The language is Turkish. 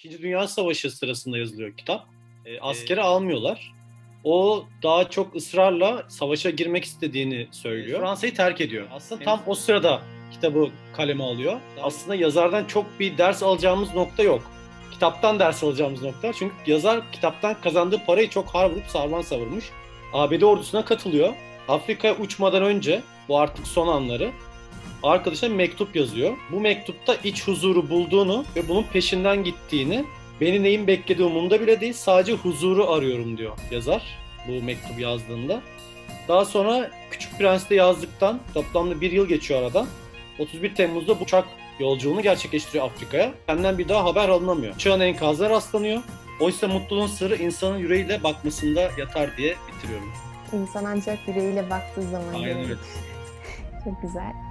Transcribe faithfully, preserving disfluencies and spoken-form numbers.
İkinci Dünya Savaşı sırasında yazılıyor kitap. E, askere almıyorlar. O daha çok ısrarla savaşa girmek istediğini söylüyor. Fransa'yı terk ediyor. Aslında tam o sırada kitabı kaleme alıyor. Aslında yazardan çok bir ders alacağımız nokta yok. Kitaptan ders alacağımız nokta. Çünkü yazar kitaptan kazandığı parayı çok har vurup sarman savurmuş. A B D ordusuna katılıyor. Afrika'ya uçmadan önce, bu artık son anları, arkadaşına mektup yazıyor. Bu mektupta iç huzuru bulduğunu ve bunun peşinden gittiğini, beni neyin beklediği umurumda bile değil, sadece huzuru arıyorum diyor yazar bu mektubu yazdığında. Daha sonra Küçük Prens'te yazdıktan toplamda bir yıl geçiyor aradan. otuz bir Temmuz'da bu uçak yolculuğunu gerçekleştiriyor Afrika'ya. Senden bir daha haber alınamıyor. Uçağın enkazına rastlanıyor. Oysa mutluluğun sırrı insanın yüreğiyle bakmasında yatar diye bitiriyorum. İnsan ancak yüreğiyle baktığı zaman. Aynen öyle. Çok güzel.